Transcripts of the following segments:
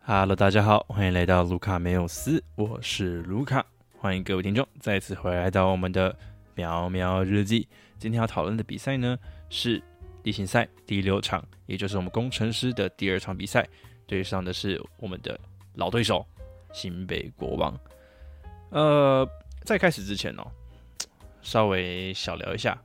Hello， 大家好，欢迎来到卢卡梅有斯，我是卢卡，欢迎各位听众再次回来到我们的喵喵日记。今天要讨论的比赛呢是例行赛第6场，也就是我们工程师的第2场比赛，对上的是我们的老对手新北国王。在开始之前稍微小聊一下。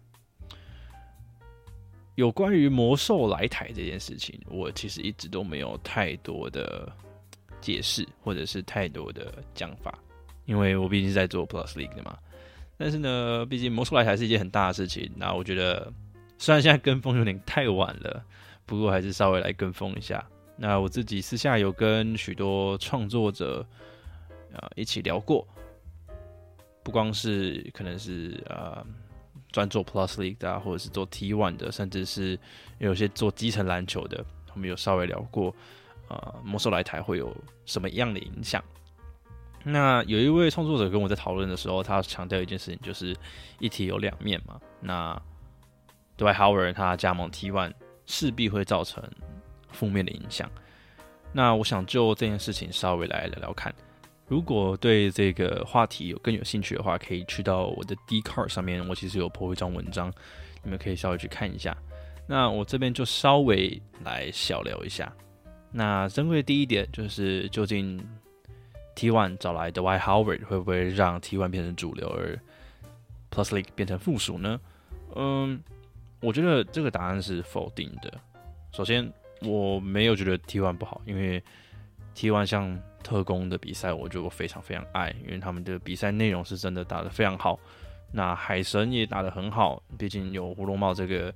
有关于魔兽来台这件事情，我其实一直都没有太多的解释，或者是太多的讲法，因为我毕竟是在做 Plus League 的嘛。但是呢，毕竟魔兽来台是一件很大的事情，那我觉得虽然现在跟风有点太晚了，不过还是稍微来跟风一下。那我自己私下有跟许多创作者一起聊过，不光是可能是专做 Plus League 的或者是做 T1 的，甚至是有些做基层篮球的，我们有稍微聊过，魔兽来台会有什么样的影响。那有一位创作者跟我在讨论的时候，他强调一件事情，就是一体有两面嘛。那 Dwight Howard 他加盟 T1 势必会造成负面的影响。那我想就这件事情稍微来聊聊看。如果对这个话题更有兴趣的话，可以去到我的 Dcard 上面，我其实有 po 一张文章，你们可以稍微去看一下。那我这边就稍微来小聊一下。那珍贵的第一点就是，究竟 T1 找来的 Dwight Howard 会不会让 T1 变成主流，而 Plus League 变成附属呢？我觉得这个答案是否定的。首先，我没有觉得 T1 不好，因为 T1 像特工的比赛，我就非常非常爱，因为他们的比赛内容是真的打得非常好。那海神也打得很好，毕竟有胡龙茂这个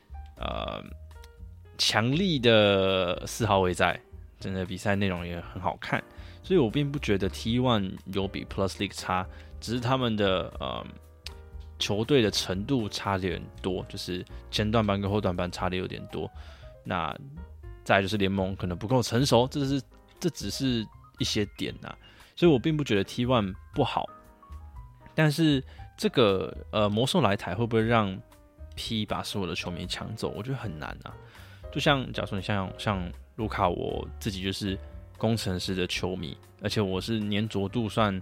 强力的4号位在，真的比赛内容也很好看。所以我并不觉得 T1 有比 Plus League 差，只是他们的球队的程度差的有点多，就是前段班跟后段班差的有点多。那再来就是联盟可能不够成熟，这只是一些点所以我并不觉得 T1 不好。但是这个魔兽来台会不会让 P 把所有的球迷抢走？我觉得很难就像假如说你像卢卡，我自己就是工程师的球迷，而且我是粘着度算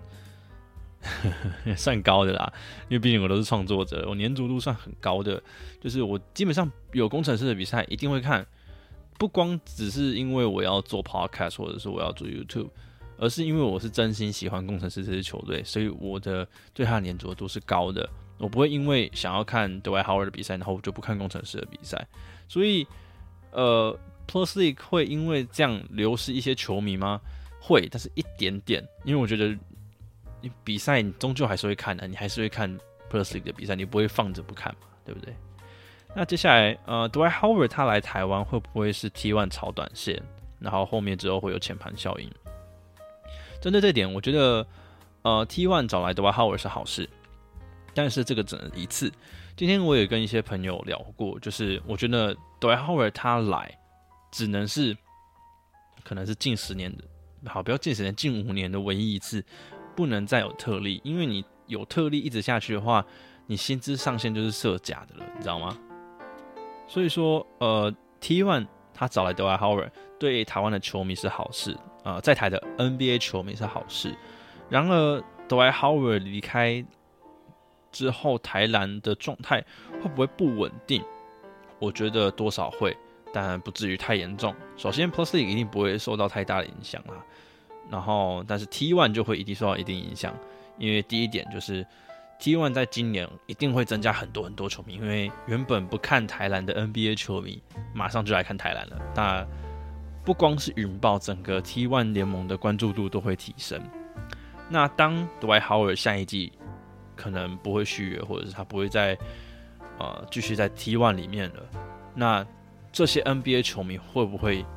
高的啦，因为毕竟我都是创作者，我粘着度算很高的，就是我基本上有工程师的比赛一定会看。不光只是因为我要做 podcast 或者是我要做 YouTube， 而是因为我是真心喜欢工程师这支球队，所以我的对他的粘着度是高的。我不会因为想要看 Dwight Howard 的比赛，然后我就不看工程师的比赛。所以Plus League 会因为这样流失一些球迷吗？会，但是一点点。因为我觉得你比赛你终究还是会看的，你还是会看 Plus League 的比赛，你不会放着不看嘛，对不对？那接下来Dwight Howard 他来台湾会不会是 T1 炒短线，然后后面之后会有前盘效应？针对这点，我觉得T1 找来 Dwight Howard 是好事，但是这个只能一次。今天我也跟一些朋友聊过，就是我觉得 Dwight Howard 他来只能是可能是近10年的，好，不要近10年，近5年的唯一一次，不能再有特例，因为你有特例一直下去的话，你薪资上限就是设假的了，你知道吗？所以说T1 他找来 Dwight Howard 对台湾的球迷是好事，在台的 NBA 球迷是好事。然而 Dwight Howard 离开之后，台篮的状态会不会不稳定？我觉得多少会，但不至于太严重。首先 Plus League 一定不会受到太大的影响啦，然后但是 T1 就会一定受到一定影响，因为第一点就是T1 在今年一定会增加很多很多球迷，因为原本不看台篮的 NBA 球迷马上就来看台篮了。那不光是云豹，整个 T1 联盟的关注度都会提升。那当 Dwight Howard 下一季可能不会续约，或者是他不会再继续在 T1 里面了，那这些 NBA 球迷会不会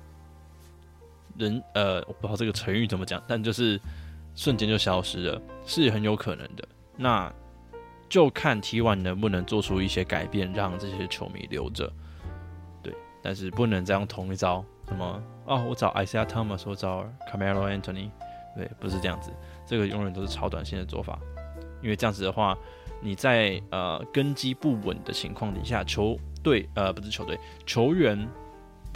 我不知道这个成语怎么讲，但就是瞬间就消失了，是很有可能的。那就看 T1 能不能做出一些改变，让这些球迷留着。对，但是不能再用同一招，什么我找 Isaiah Thomas， 我找 Carmelo Anthony， 对，不是这样子，这个永远都是超短线的做法。因为这样子的话，你在根基不稳的情况底下，球员不对，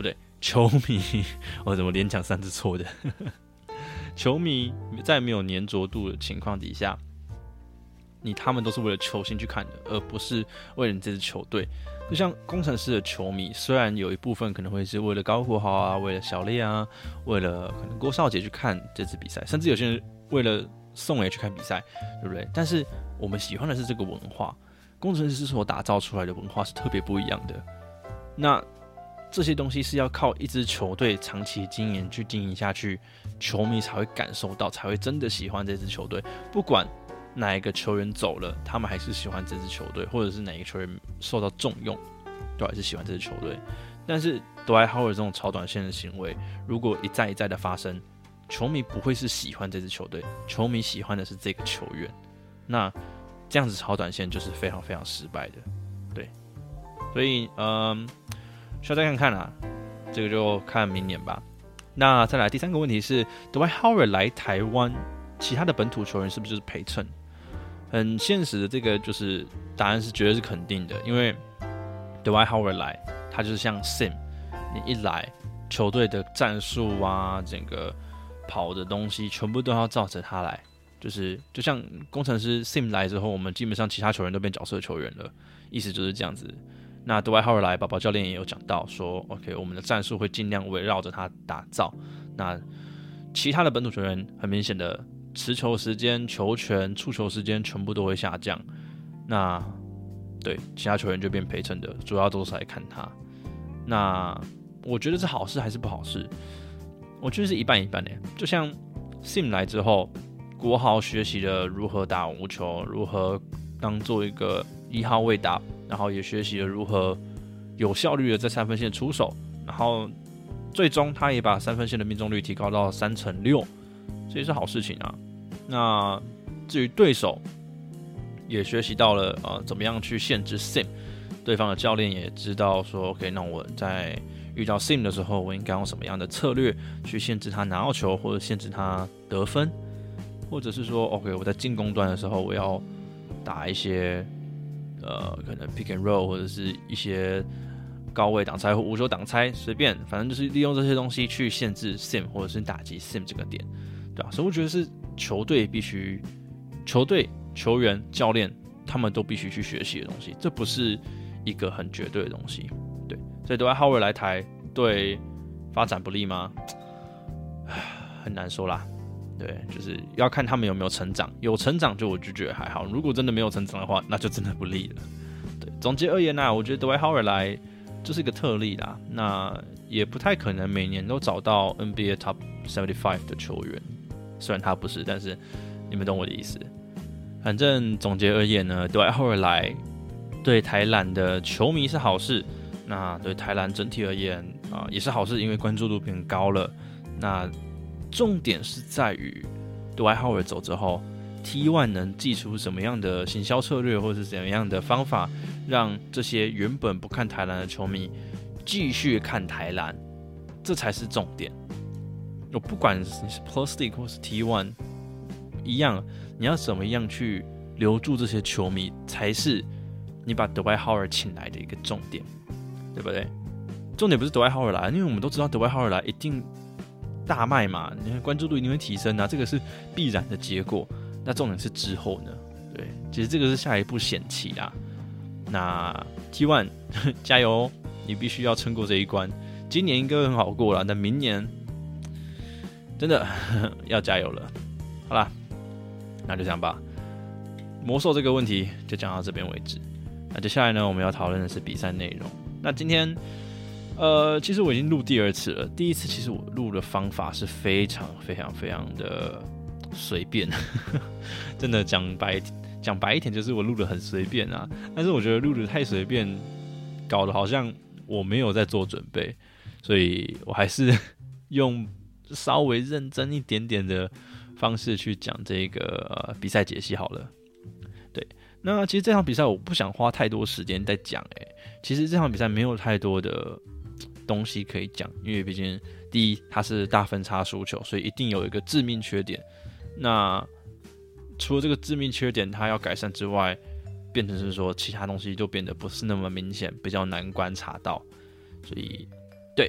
球迷，我怎么连讲3次错的？球迷在没有粘着度的情况底下，他们都是为了球星去看的，而不是为了你这支球队。就像工程师的球迷，虽然有一部分可能会是为了高国豪啊，为了小烈啊，为了可能郭少杰去看这支比赛，甚至有些人为了宋爷去看比赛，对不对？但是我们喜欢的是这个文化，工程师所打造出来的文化是特别不一样的。那这些东西是要靠一支球队长期经营去经营下去，球迷才会感受到，才会真的喜欢这支球队。不管哪一个球员走了，他们还是喜欢这支球队，或者是哪一个球员受到重用，都还是喜欢这支球队。但是Dwight Howard这种超短线的行为，如果一再一再的发生，球迷不会是喜欢这支球队，球迷喜欢的是这个球员。那这样子超短线就是非常非常失败的，对。所以需要再看看啦，这个就看明年吧。那再来第3个问题是 ，Dwight Howard 来台湾，其他的本土球员是不是就是陪衬？很现实的，这个就是答案是绝对是肯定的，因为 Dwight Howard 来，他就是像 Sim， 你一来，球队的战术啊，整个跑的东西全部都要照着他来，就像工程师 Sim 来之后，我们基本上其他球员都变角色球员了，意思就是这样子。那Dwight Howard来，宝宝教练也有讲到说 ，OK， 我们的战术会尽量围绕着他打造。那其他的本土球员很明显的持球时间、球权、触球时间全部都会下降。那对其他球员就变陪衬的，主要都是来看他。那我觉得是好事还是不好事？我觉得是一半一半的。就像 Sim 来之后，国豪学习了如何打无球，如何当做一个1号位打。然后也学习了如何有效率的在3分线出手，然后最终他也把3分线的命中率提高到6%，这也是好事情啊。那至于对手，也学习到了怎么样去限制 Sim， 对方的教练也知道说 ，OK， 那我在遇到 Sim 的时候，我应该用什么样的策略去限制他拿到球，或者限制他得分，或者是说 ，OK， 我在进攻端的时候，我要打一些。可能 pick and roll 或者是一些高位挡拆或无球挡拆，随便，反正就是利用这些东西去限制 Sim 或者是打击 Sim 这个点，对吧？所以我觉得是球队必须，球队、球员、教练他们都必须去学习的东西，这不是一个很绝对的东西，对。所以Dwight Howard来台对发展不利吗？很难说啦。对，就是要看他们有没有成长，有成长我就觉得还好，如果真的没有成长的话，那就真的不利了。对，总结而言我觉得Dwight Howard来就是一个特例啦，那也不太可能每年都找到 NBA Top 75的球员，虽然他不是，但是你们懂我的意思。反正总结而言呢，Dwight Howard来对台篮的球迷是好事，那对台篮整体而言也是好事，因为关注度变高了。那重点是在于Dwight Howard走之后 ，T1 能祭出什么样的行销策略，或者是怎么样的方法，让这些原本不看台篮的球迷继续看台篮，这才是重点。我不管你是 Plus League 或是 T1 一样，你要怎么样去留住这些球迷，才是你把Dwight Howard请来的一个重点，对不对？重点不是Dwight Howard来，因为我们都知道Dwight Howard来一定大卖嘛，你看关注度一定会提升啊，这个是必然的结果。那重点是之后呢？对，其实这个是下一步险棋啦。那 T1 加油哦，你必须要撑过这一关。今年应该会很好过啦，但明年真的要加油了。好啦，那就这样吧。魔兽这个问题就讲到这边为止。那接下来呢，我们要讨论的是比赛内容。那今天其实我已经录第2次了。第1次其实我录的方法是非常非常非常的随便，真的讲白一点，就是我录的很随便啊。但是我觉得录的太随便，搞得好像我没有在做准备，所以我还是用稍微认真一点点的方式去讲这个比赛解析好了。对，那其实这场比赛我不想花太多时间在讲，其实这场比赛没有太多的东西可以讲，因为毕竟第一它是大分差输球，所以一定有一个致命缺点。那除了这个致命缺点它要改善之外，变成是说其他东西就变得不是那么明显，比较难观察到。所以对，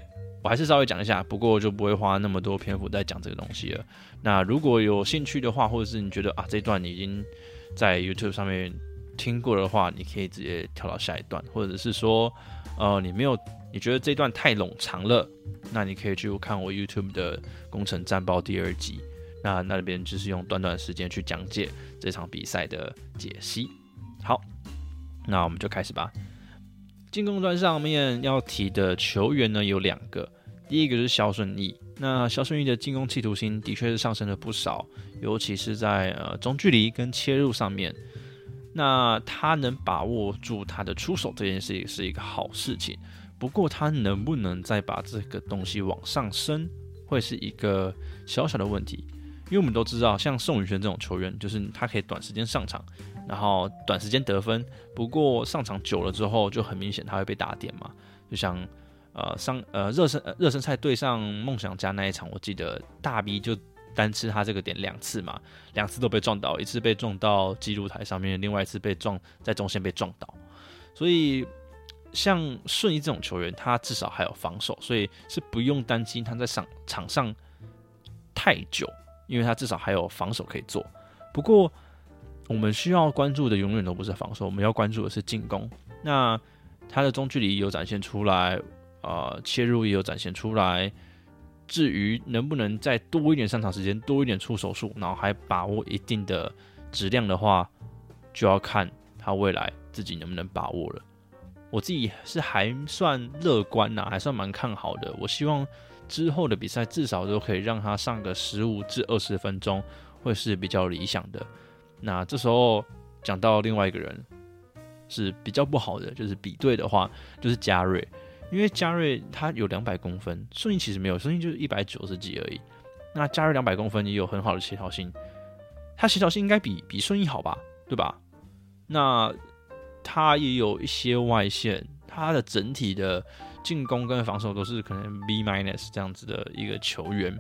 我还是稍微讲一下，不过就不会花那么多篇幅在讲这个东西了。那如果有兴趣的话，或者是你觉得这一段你已经在 YouTube 上面听过的话，你可以直接跳到下一段，或者是说你觉得这段太冗长了，那你可以去看我 YouTube 的工程战报第2集，那边就是用短短的时间去讲解这场比赛的解析。好，那我们就开始吧。进攻端上面要提的球员呢有2个，第一个是肖顺义。那肖顺义的进攻企图心的确是上升了不少，尤其是在中距离跟切入上面。那他能把握住他的出手这件事情是一个好事情，不过他能不能再把这个东西往上升，会是一个小小的问题。因为我们都知道，像宋宇轩这种球员，就是他可以短时间上场，然后短时间得分，不过上场久了之后，就很明显他会被打点嘛。就像热身赛对上梦想家那一场，我记得大 B 就单吃他这个点2次嘛，2次都被撞倒，一次被撞到记录台上面，另外一次被撞在中线被撞倒。所以像顺义这种球员，他至少还有防守，所以是不用担心他在场上太久，因为他至少还有防守可以做。不过我们需要关注的永远都不是防守，我们要关注的是进攻。那他的中距离有展现出来，切入也有展现出来。至于能不能再多一点上场时间，多一点出手数，然后还把握一定的质量的话，就要看他未来自己能不能把握了。我自己是还算乐观还算蛮看好的。我希望之后的比赛至少都可以让他上个15至20分钟，会是比较理想的。那这时候讲到另外一个人是比较不好的，就是比对的话，就是嘉瑞。因为嘉瑞他有200公分，顺义其实没有，顺义就是190几而已。那嘉瑞200公分也有很好的协调性，他协调性应该比顺义好吧，对吧？那他也有一些外线，他的整体的进攻跟防守都是可能 B- 这样子的一个球员。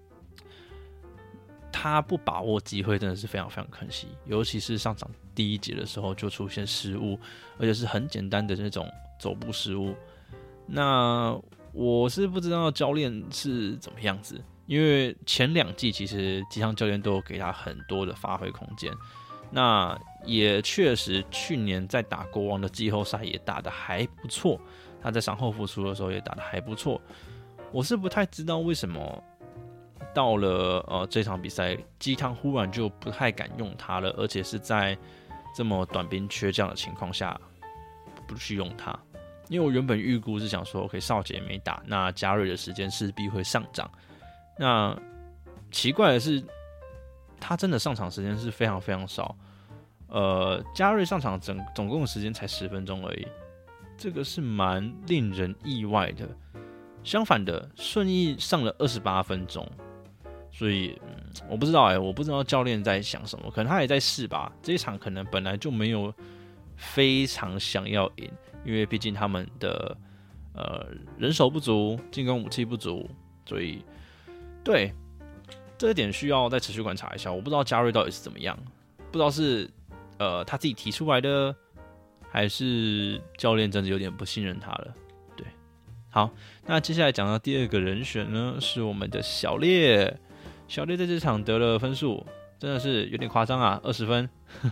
他不把握机会真的是非常非常可惜，尤其是上场第1节的时候就出现失误，而且是很简单的那种走步失误。那我是不知道教练是怎么样子，因为前2季其实吉昌教练都有给他很多的发挥空间。那也确实去年在打国王的季后赛也打得还不错，他在伤后复出的时候也打得还不错。我是不太知道为什么到了这场比赛，鸡汤忽然就不太敢用他了，而且是在这么短兵缺将的情况下不去用他。因为我原本预估是想说 ，OK， 少杰没打，那嘉瑞的时间势必会上涨。那奇怪的是，他真的上场时间是非常非常少。嘉瑞上场总共的时间才10分钟而已，这个是蛮令人意外的。相反的，顺义上了28分钟，所以我不知道我不知道教练在想什么，可能他也在试吧。这一场可能本来就没有非常想要赢。因为毕竟他们的人手不足，进攻武器不足，所以对这一点需要再持续观察一下。我不知道嘉瑞到底是怎么样，不知道是他自己提出来的，还是教练真的有点不信任他了。对，好，那接下来讲到第2个人选呢，是我们的小烈。小烈在这场得了分数，真的是有点夸张啊，20分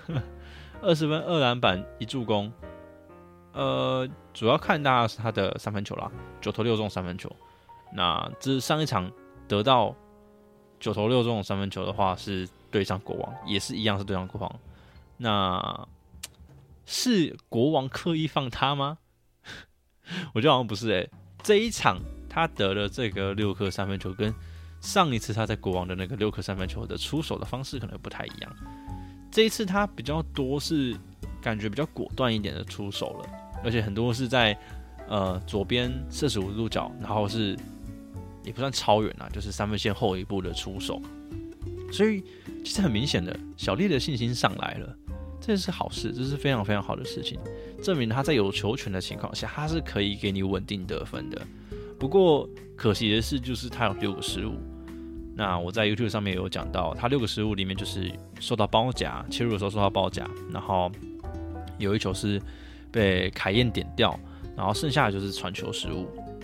，20分2篮板1助攻。主要看大家是他的3分球啦，9投6中3分球。那这上一场得到9投6中3分球的话，是对上国王，也是一样是对上国王。那是国王刻意放他吗？我觉得好像不是这一场他得了这个6颗3分球，跟上一次他在国王的那个6颗3分球的出手的方式可能不太一样。这一次他比较多是感觉比较果断一点的出手了。而且很多是在左边45度角，然后是也不算超远就是3分线后一步的出手，所以其实很明显的，小烈的信心上来了，这是好事，这是非常非常好的事情，证明他在有球权的情况下，他是可以给你稳定得分的。不过可惜的是，就是他有6个失误。那我在 YouTube 上面有讲到，他6个失误里面就是受到包夹，切入的时候受到包夹，然后有一球是被凯燕点掉，然后剩下的就是传球失误。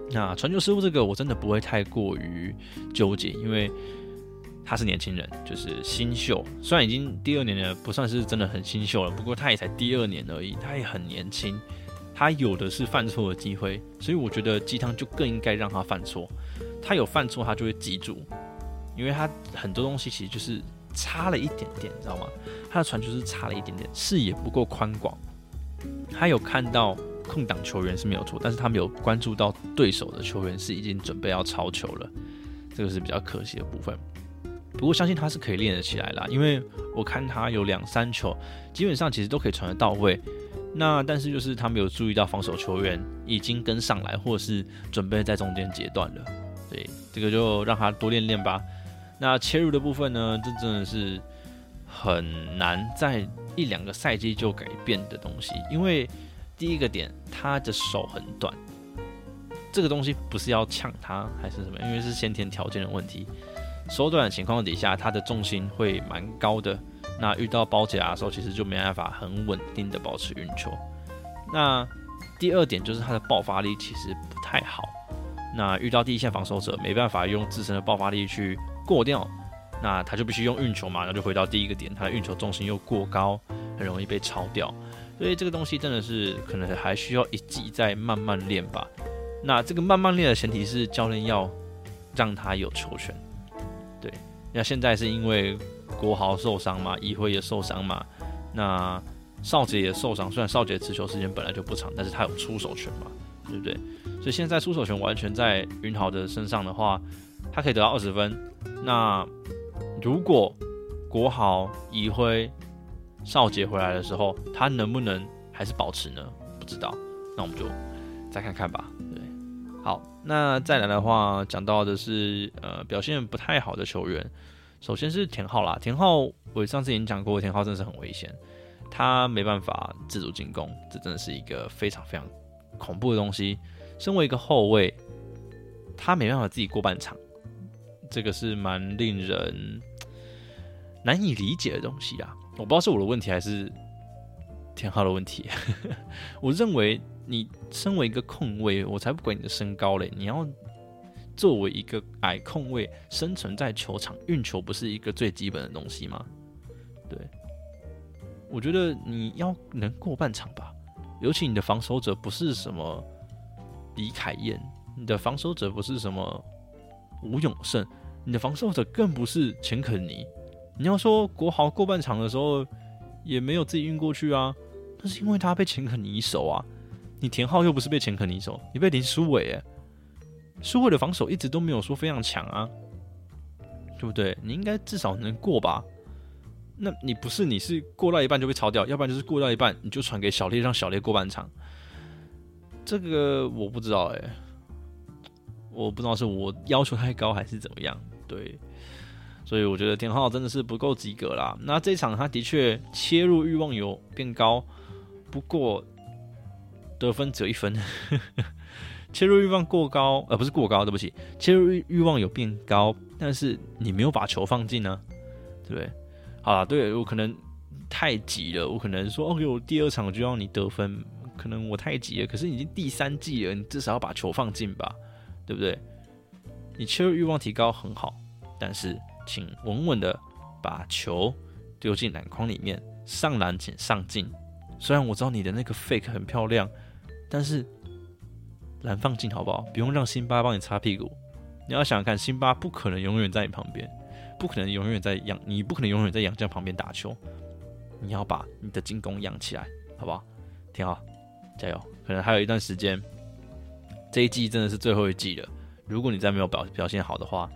那传球失误这个我真的不会太过于纠结，因为他是年轻人，就是新秀，虽然已经第2年了，不算是真的很新秀了，不过他也才第2年而已，他也很年轻，他有的是犯错的机会，所以我觉得鸡汤就更应该让他犯错，他有犯错他就会记住，因为他很多东西其实就是差了一点点，你知道吗？他的传球是差了一点点，视野不够宽广，他有看到空档球员是没有错，但是他没有关注到对手的球员是已经准备要抄球了，这个是比较可惜的部分。不过相信他是可以练得起来啦，因为我看他有2-3球，基本上其实都可以传得到位。那但是就是他没有注意到防守球员已经跟上来，或是准备在中间截断了。对，这个就让他多练练吧。那切入的部分呢，这真的是很难在1-2个赛季就改变的东西，因为第一个点，他的手很短，这个东西不是要呛他还是什么，因为是先天条件的问题。手短的情况底下，他的重心会蛮高的，那遇到包夹的时候，其实就没办法很稳定的保持运球。那第2点就是他的爆发力其实不太好，那遇到第一线防守者没办法用自身的爆发力去过掉，那他就必须用运球嘛，那就回到第1个点，他的运球重心又过高，很容易被抄掉。所以这个东西真的是可能还需要1季再慢慢练吧。那这个慢慢练的前提是教练要让他有球权。对，那现在是因为国豪受伤嘛，一辉也受伤嘛，那少杰也受伤，虽然少杰持球时间本来就不长，但是他有出手权嘛，对不对？所以现在出手权完全在云豪的身上的话，他可以得到20分。那如果国豪、一辉、少杰回来的时候，他能不能还是保持呢？不知道，那我们就再看看吧。对，好，那再来的话，讲到的是表现不太好的球员，首先是田浩啦。田浩我上次已经讲过，田浩真的是很危险，他没办法自主进攻，这真的是一个非常非常恐怖的东西。身为一个后卫，他没办法自己过半场，这个是蛮令人难以理解的东西啊！我不知道是我的问题还是田浩的问题。我认为你身为一个控卫，我才不管你的身高嘞，你要作为一个矮控卫生存在球场，运球不是一个最基本的东西吗？对，我觉得你要能过半场吧，尤其你的防守者不是什么李凯燕，你的防守者不是什么吴永胜，你的防守者更不是钱肯尼。你要说国豪过半场的时候也没有自己运过去啊，那是因为他被钱肯尼守啊。你田浩又不是被钱肯尼守，你被林书伟耶，书伟的防守一直都没有说非常强啊，对不对？你应该至少能过吧？那你不是，你是过到一半就被抄掉，要不然就是过到一半你就传给小烈，让小烈过半场。这个我不知道哎，我不知道是我要求太高还是怎么样，对。所以我觉得田浩真的是不够及格啦。那这一场他的确切入欲望有变高，不过得分只有1分。切入欲望过高，不是过高，对不起，切入欲望有变高，但是你没有把球放进呢，对不对？好啦，对我可能太急了，我可能说哦，我第2场就要你得分，可能我太急了。可是已经第3季了，你至少要把球放进吧，对不对？你切入欲望提高很好，但是请稳稳的把球丢进篮筐里面，上篮请上进。虽然我知道你的那个 fake 很漂亮，但是篮放进好不好？不用让辛巴帮你擦屁股。你要想想看，辛巴不可能永远在你旁边，你不可能永远在洋将旁边打球。你要把你的进攻养起来，好不好？挺好，加油！可能还有一段时间，这一季真的是最后一季了。如果你再没有表现好的话，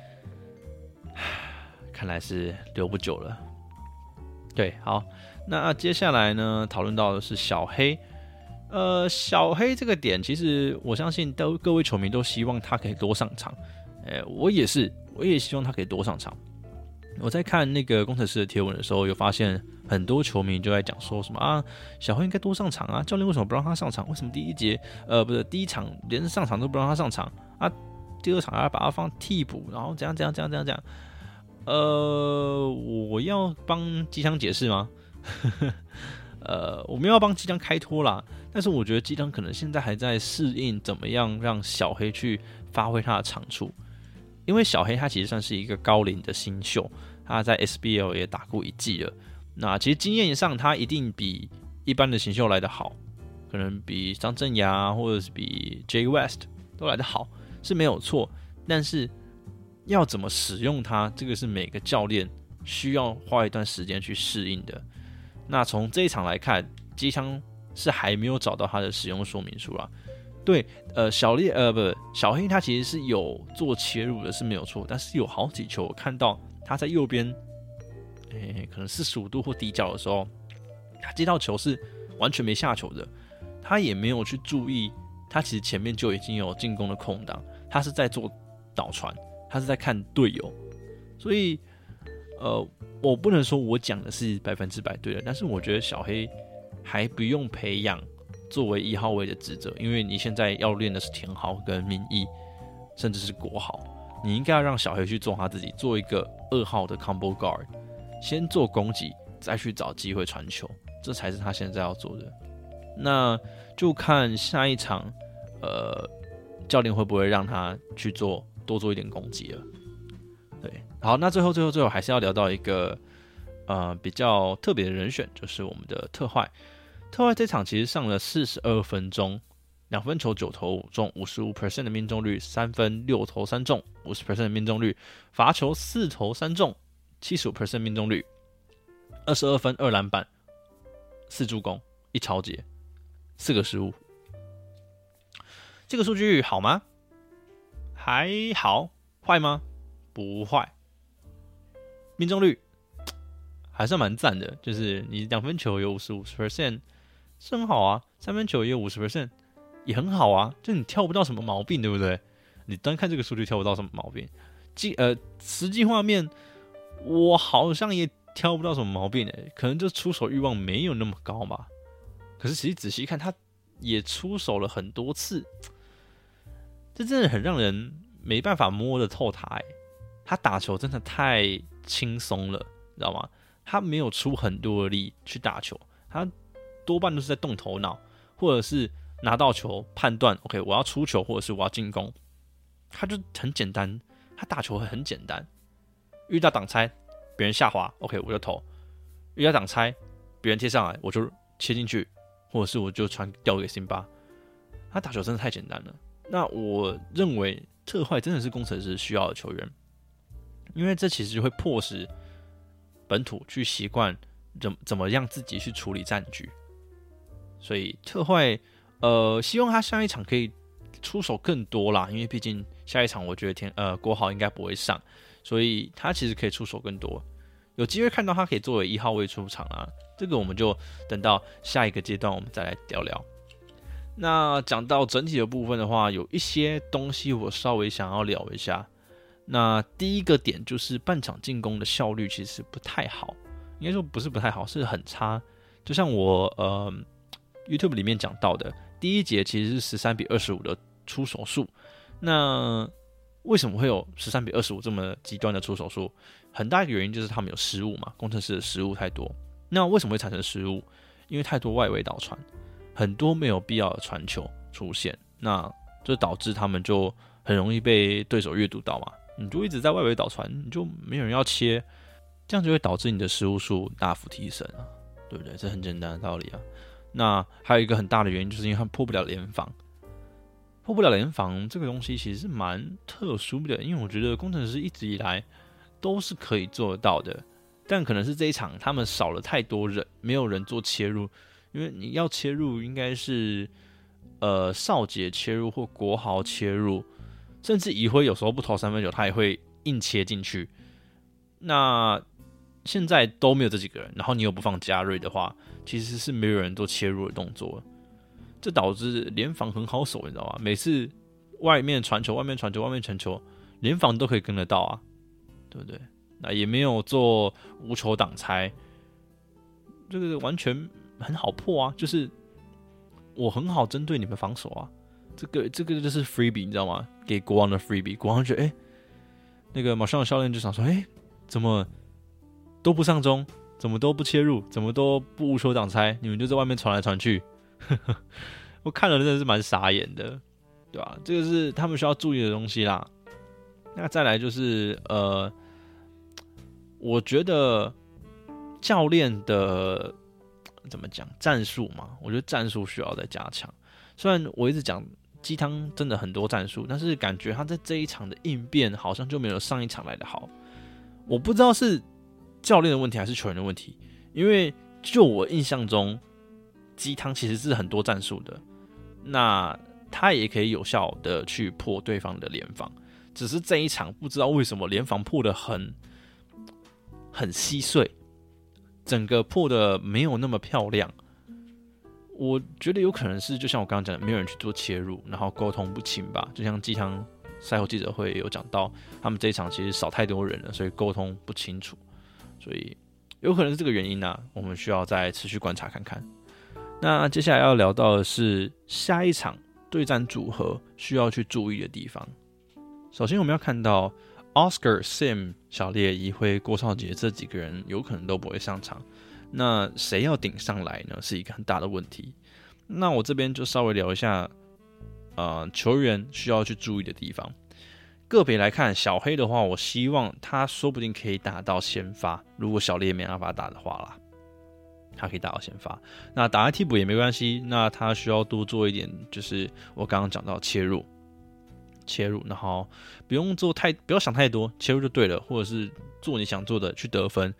看来是留不久了。对，好，那接下来呢，讨论到的是小黑。小黑这个点，其实我相信各位球迷都希望他可以多上场。我也希望他可以多上场。我在看那个工程师的贴文的时候，有发现很多球迷就在讲说什么啊，小黑应该多上场啊，教练为什么不让他上场？为什么第一场连上场都不让他上场啊？第2场要把他放替补，然后怎样？我要帮机枪解释吗？ 我没有要帮基当开脱啦，但是我觉得基当可能现在还在适应怎么样让小黑去发挥他的长处，因为小黑他其实算是一个高龄的新秀，他在 SBL 也打过1季了，那其实经验上他一定比一般的新秀来得好，可能比张镇衙或者是比 Jay West 都来得好是没有错，但是要怎么使用它，这个是每个教练需要花一段时间去适应的。那从这一场来看，基枪是还没有找到他的使用说明书啦。对，小黑他其实是有做切入的，是没有错，但是有好几球我看到他在右边，可能45度或底角的时候，他接到球是完全没下球的，他也没有去注意，他其实前面就已经有进攻的空档，他是在做导传，他是在看队友，所以我不能说我讲的是100%对的，但是我觉得小黑还不用培养作为1号位的职责，因为你现在要练的是田豪跟民意，甚至是国豪，你应该要让小黑去做他自己，做一个2号的 combo guard， 先做攻击，再去找机会传球，这才是他现在要做的。那就看下一场，教练会不会让他去多做一点攻击了。对，好，那最后还是要聊到一个比较特别的人选，就是我们的特坏。特坏这场其实上了42分钟，2分球9投5中，55% 的命中率，3分6投3中，50% 的命中率，罚球4投3中，75% 命中率，22分2篮板，4助攻，1抄截，4个失误。这个数据好吗？还好。坏吗？不坏。命中率还算蛮赞的，就是你2分球有50% 是很好啊，3分球也有50% 也很好啊，就你挑不到什么毛病，对不对？你单看这个数据挑不到什么毛病，实际画面我好像也挑不到什么毛病可能就出手欲望没有那么高吧。可是其实仔细看，他也出手了很多次，这真的很让人没办法摸得透他他打球真的太轻松了，知道吗？他没有出很多的力去打球，他多半都是在动头脑，或者是拿到球判断 OK 我要出球或者是我要进攻，他就很简单，他打球很简单，遇到挡拆别人下滑 OK 我就投，遇到挡拆别人贴上来我就切进去，或者是我就传掉给辛巴，他打球真的太简单了。那我认为特坏真的是工程师需要的球员，因为这其实会迫使本土去习惯怎么样自己去处理战局，所以特坏希望他下一场可以出手更多啦，因为毕竟下一场我觉得国豪应该不会上，所以他其实可以出手更多，有机会看到他可以作为1号位出场啊，这个我们就等到下一个阶段我们再来聊聊。那讲到整体的部分的话，有一些东西我稍微想要聊一下。那第一个点就是半场进攻的效率其实不太好，应该说不是不太好，是很差。就像我YouTube 里面讲到的，第一节其实是13-25的出手数。那为什么会有13-25这么极端的出手数？很大一个原因就是他们有失误嘛，工程师的失误太多。那为什么会产生失误？因为太多外围导传，很多没有必要的传球出现，那就导致他们就很容易被对手阅读到嘛。你就一直在外围导传，你就没有人要切，这样就会导致你的失误数大幅提升啊，对不对？这很简单的道理啊。那还有一个很大的原因，就是因为他们破不了联防。破不了联防这个东西其实是蛮特殊的，因为我觉得工程师一直以来都是可以做得到的，但可能是这一场他们少了太多人，没有人做切入，因为你要切入应该是少杰切入或国豪切入。甚至移辉有时候不投3分球，他也会硬切进去。那现在都没有这几个人，然后你又不放加瑞的话，其实是没有人做切入的动作，这导致联防很好守，你知道吗？每次外面传球、外面传球、外面传球，联防都可以跟得到啊，对不对？那也没有做无球挡拆，这个完全很好破啊，就是我很好针对你们防守啊。这个就是 freebie， 你知道吗？给国王的 freebie， 国王觉得那个马上的教练就想说，怎么都不上中， 怎么都不切入，怎么都不无球挡拆，你们就在外面传来传去，我看了真的是蛮傻眼的，对吧？这个是他们需要注意的东西啦。那再来就是我觉得教练的怎么讲战术嘛，我觉得战术需要再加强。虽然我一直讲鸡汤真的很多战术，但是感觉他在这一场的应变好像就没有上一场来的好。我不知道是教练的问题还是球员的问题，因为就我印象中，鸡汤其实是很多战术的，那他也可以有效的去破对方的联防，只是这一场不知道为什么联防破的很稀碎，整个破的没有那么漂亮。我觉得有可能是就像我刚刚讲的，没有人去做切入，然后沟通不清吧。就像鸡汤赛后记者会有讲到，他们这一场其实少太多人了，所以沟通不清楚，所以有可能是这个原因啊。我们需要再持续观察看看。那接下来要聊到的是下一场对战组合需要去注意的地方。首先我们要看到 Oscar、Sim、小烈、一辉、郭少杰这几个人有可能都不会上场，那谁要顶上来呢？是一个很大的问题。那我这边就稍微聊一下，球员需要去注意的地方。个别来看，小黑的话，我希望他说不定可以打到先发，如果小烈没办法打的话啦，他可以打到先发。那打在替补也没关系，那他需要多做一点，就是我刚刚讲到切入，然后不要想太多，切入就对了，或者是做你想做的，去得分，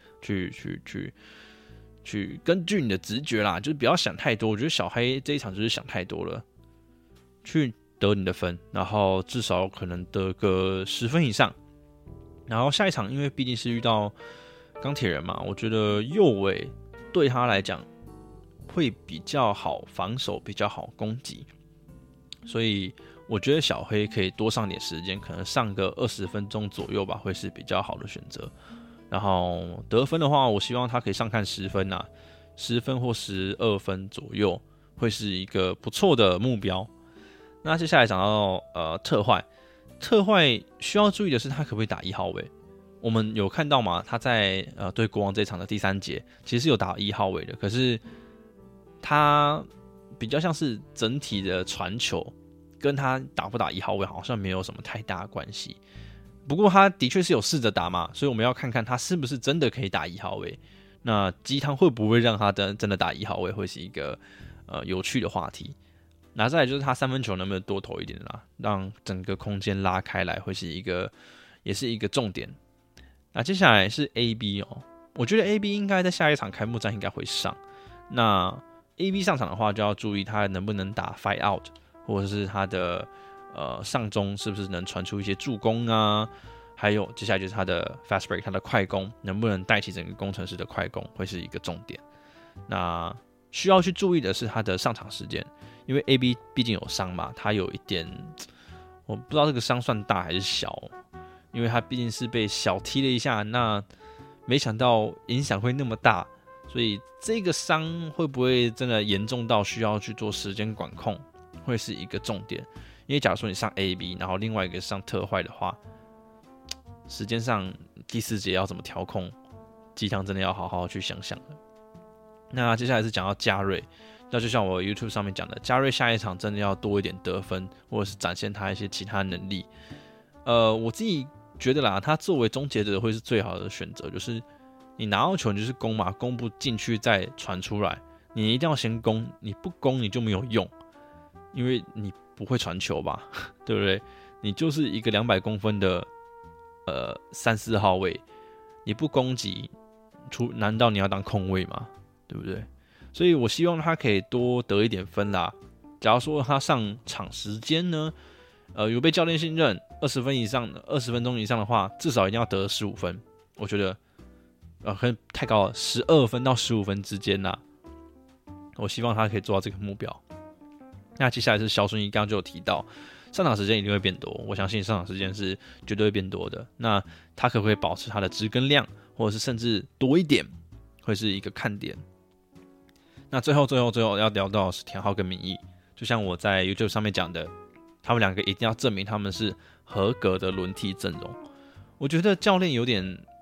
去根据你的直觉啦，就是不要想太多。我觉得小黑这一场就是想太多了，去得你的分，然后至少可能得个10分以上。然后下一场，因为毕竟是遇到钢铁人嘛，我觉得右尾对他来讲会比较好防守，比较好攻击，所以我觉得小黑可以多上点时间，可能上个20分钟左右吧，会是比较好的选择。然后得分的话，我希望他可以上看10分啊，10分或12分左右，会是一个不错的目标。那接下来讲到特坏需要注意的是，他可不可以打1号位？我们有看到嘛？他在对国王这场的第3节，其实是有打1号位的，可是他比较像是整体的传球，跟他打不打1号位好像没有什么太大的关系。不过他的确是有试着打嘛，所以我们要看看他是不是真的可以打1号位。那鸡汤会不会让他真的打1号位，会是一个有趣的话题。那再来就是他3分球能不能多投一点啦，让整个空间拉开来，会是也是一个重点。那接下来是 AB 哦，我觉得 AB 应该在下一场开幕战应该会上。那 AB 上场的话，就要注意他能不能打 fight out， 或者是他的上中是不是能传出一些助攻啊？还有接下来就是他的 fast break， 他的快攻能不能带起整个工程师的快攻，会是一个重点。那需要去注意的是他的上场时间，因为 AB 毕竟有伤嘛，他有一点，我不知道这个伤算大还是小，因为他毕竟是被小踢了一下，那没想到影响会那么大，所以这个伤会不会真的严重到需要去做时间管控，会是一个重点。因为假如说你上 AB， 然后另外一个上特坏的话，时间上第4节要怎么调控，鸡汤真的要好好去想想了。那接下来是讲到嘉瑞，那就像我 YouTube 上面讲的，嘉瑞下一场真的要多一点得分，或者是展现他一些其他能力。我自己觉得啦，他作为终结者会是最好的选择，就是你拿到球你就是攻嘛，攻不进去再传出来，你一定要先攻，你不攻你就没有用，因为你不会传球吧，对不对？你就是一个200公分的3、4号位，你不攻击，难道你要当空位吗？对不对？所以我希望他可以多得一点分啦。假如说他上场时间呢，有被教练信任，20分钟以上的话，至少一定要得15分。我觉得可能太高了，12分到15分之间啦。我希望他可以做到这个目标。那接下来是肖顺义，刚刚就有提到，上场时间一定会变多，我相信上场时间是绝对会变多的。那他可不可以保持他的质跟量，或者是甚至多一点，会是一个看点。那最后要聊到的是田浩跟民意，就像我在 YouTube 上面讲的，他们两个一定要证明他们是合格的轮替阵容。我觉得教练有点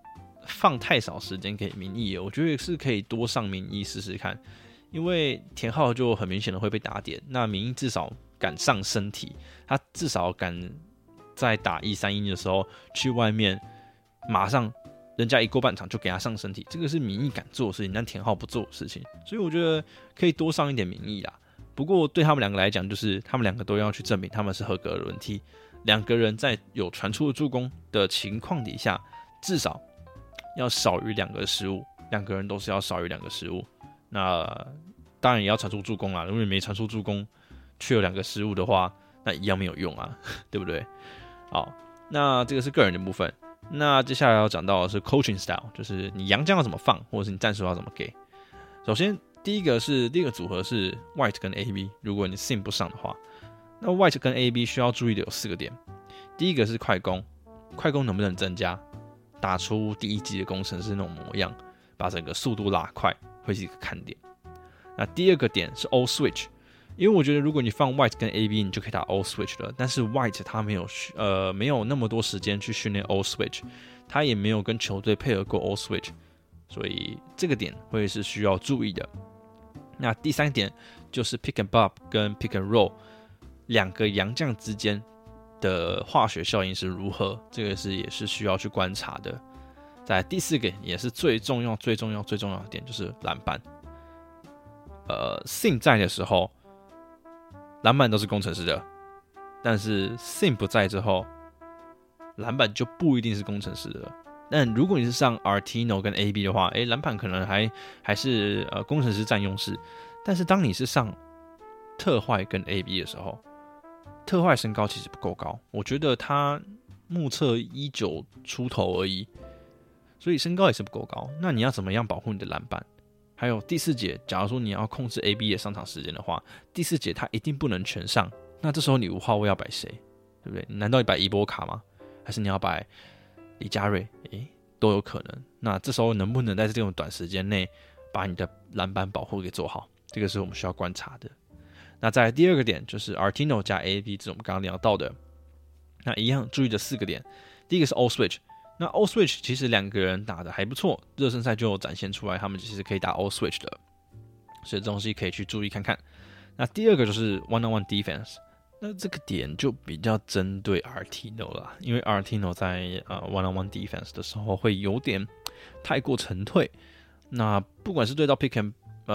放太少时间给明义了，我觉得是可以多上明义试试看，因为田浩就很明显的会被打点，那明义至少敢上身体，他至少敢在打1-3-1的时候去外面马上人家一过半场就给他上身体，这个是明义敢做的事情，但田浩不做的事情，所以我觉得可以多上一点明义啦。不过对他们两个来讲，就是他们两个都要去证明他们是合格的轮替，两个人在有传出的助攻的情况底下，至少要少于2个失误，两个人都是要少于2个失误。那当然也要传出助攻啦，如果你没传出助攻，却有2个失误的话，那一样没有用啊，对不对？好，那这个是个人的部分。那接下来要讲到的是 coaching style， 就是你洋将要怎么放，或者是你战术要怎么给。首先，第一个组合是 White 跟 AB， 如果你 Sim 不上的话，那 White 跟 AB 需要注意的有4个点。第一个是快攻，快攻能不能增加，打出第一季的工程师那种模样，把整个速度拉快，会是一个看点。那第二个点是 All Switch， 因为我觉得如果你放 White 跟 AB， 你就可以打 All Switch 了。但是 White 他没有那么多时间去训练 All Switch， 他也没有跟球队配合过 All Switch， 所以这个点会是需要注意的。那第3点就是 Pick and Pop 跟 Pick and Roll 两个洋将之间的化学效应是如何，这个也是需要去观察的。再来第4个也是最重要的点，就是篮板。Sim 在的时候，篮板都是工程师的，但是 Sim 不在之后，篮板就不一定是工程师的了。但如果你是上 Artino 跟 AB 的话，篮板可能还是工程师占优势。但是当你是上特坏跟 AB 的时候，特坏身高其实不够高，我觉得他目测19出头而已，所以身高也是不够高。那你要怎么样保护你的篮板？还有第4节，假如说你要控制 AB 的上场时间的话，第4节他一定不能全上。那这时候你5号位要摆谁？对不对？难道你摆伊波卡吗？还是你要摆李佳瑞？都有可能。那这时候能不能在这种短时间内把你的篮板保护给做好？这个是我们需要观察的。那再来第2个点就是 Artino 加 AB， 这是我们刚刚聊到的。那一样注意的4个点，第一个是 All Switch。那 All Switch 其实2个人打的还不错，热身赛就有展现出来，他们其实可以打 All Switch 的，所以这东西可以去注意看看。那第2个就是 One-on-One Defense。那这个点就比较针对 Artino 啦，因为 Artino 在One-on-One Defense 的时候会有点太过沉退。那不管是对到 Pick and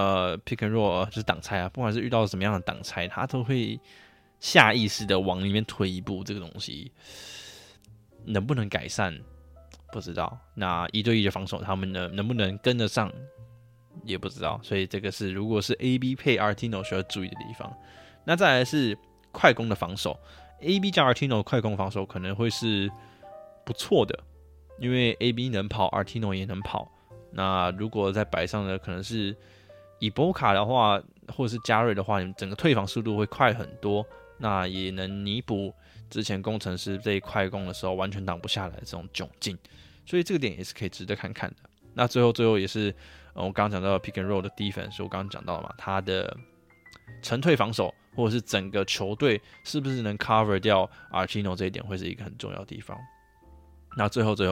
Roll 就是挡拆啊，不管是遇到什么样的挡拆，他都会下意识的往里面推一步。这个东西能不能改善不知道。那1对1的防守他们能不能跟得上也不知道。所以这个是如果是 AB 配 Artino 需要注意的地方。那再来是快攻的防守 ，AB 加 Artino 快攻防守可能会是不错的，因为 AB 能跑 ，Artino 也能跑。那如果在摆上的可能是以波卡的话，或者是加瑞的话，你整个退防速度会快很多，那也能弥补之前工程师在快攻的时候完全挡不下来的这种窘境，所以这个点也是可以值得看看的。那最后也是我刚刚讲到的 Pick and Roll 的 defense， 我刚刚讲到了嘛，他的沉退防守或者是整个球队是不是能 cover 掉 Artino 这一点会是一个很重要的地方。那最后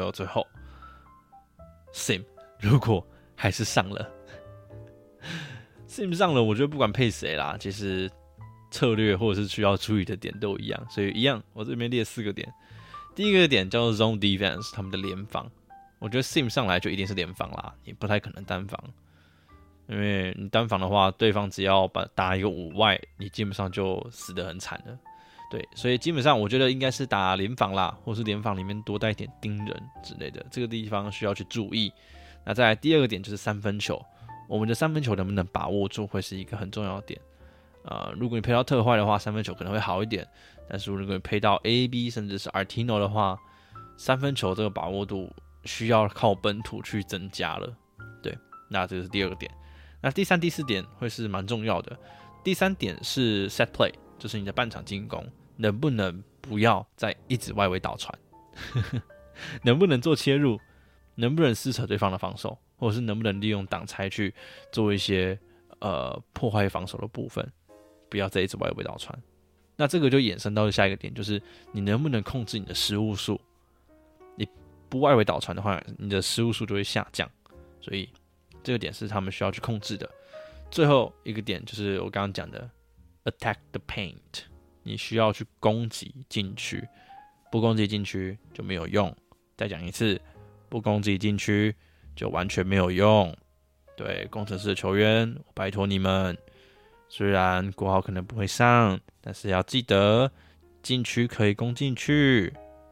Sim 如果还是上了Sim 上了，我觉得不管配谁啦，其实策略或者是需要注意的点都一样，所以一样我这边列4个点。第一个点叫做 Zone Defense， 他们的联防，我觉得 Sim 上来就一定是联防啦，你不太可能单防。因为你单防的话，对方只要打一个5外，你基本上就死得很惨了。对，所以基本上我觉得应该是打联防啦，或是联防里面多带一点盯人之类的，这个地方需要去注意。那再来第2个点就是3分球，我们的3分球能不能把握住，会是一个很重要的点。如果你配到特坏的话，3分球可能会好一点，但是如果你配到 AB 甚至是 Artino 的话，3分球这个把握度需要靠本土去增加了。对，那这个是第2个点。那第3、第4点会是蛮重要的。第3点是 set play， 就是你的半场进攻能不能不要再一直外围倒传，能不能做切入，能不能撕扯对方的防守，或者是能不能利用挡拆去做一些破坏防守的部分，不要再一直外围倒传。那这个就衍生到下一个点，就是你能不能控制你的失误数。你不外围导传的话，你的失误数就会下降，所以这个点是他们需要去控制的。最后一个点就是我刚刚讲的 attack the paint， 你需要去攻击禁区，不攻击禁区就没有用。再讲一次，不攻击禁区就完全没有用。对工程师的球员，我拜托你们，虽然国豪可能不会上，但是要记得禁区可以攻进去。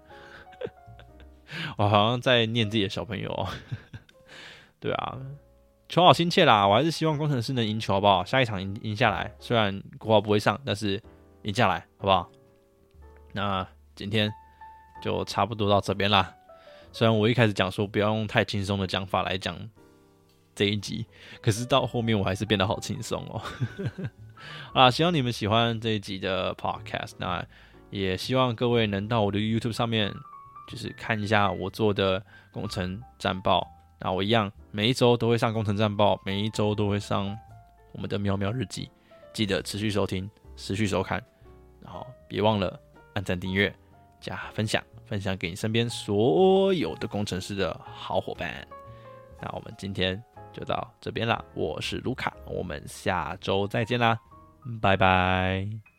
我好像在念自己的小朋友哦。对啊，求好心切啦，我还是希望工程师能赢球，好不好？下一场赢下来，虽然国豪不会上，但是赢下来，好不好？那今天就差不多到这边啦。虽然我一开始讲说不要用太轻松的讲法来讲这一集，可是到后面我还是变得好轻松哦。啊，希望你们喜欢这一集的 podcast， 那也希望各位能到我的 YouTube 上面，就是看一下我做的工程战报。那我一样每一周都会上工程战报，每一周都会上我们的喵喵日记，记得持续收听，持续收看，然后别忘了按赞、订阅、加分享给你身边所有的工程师的好伙伴。那我们今天就到这边啦，我是卢卡，我们下周再见啦，拜拜。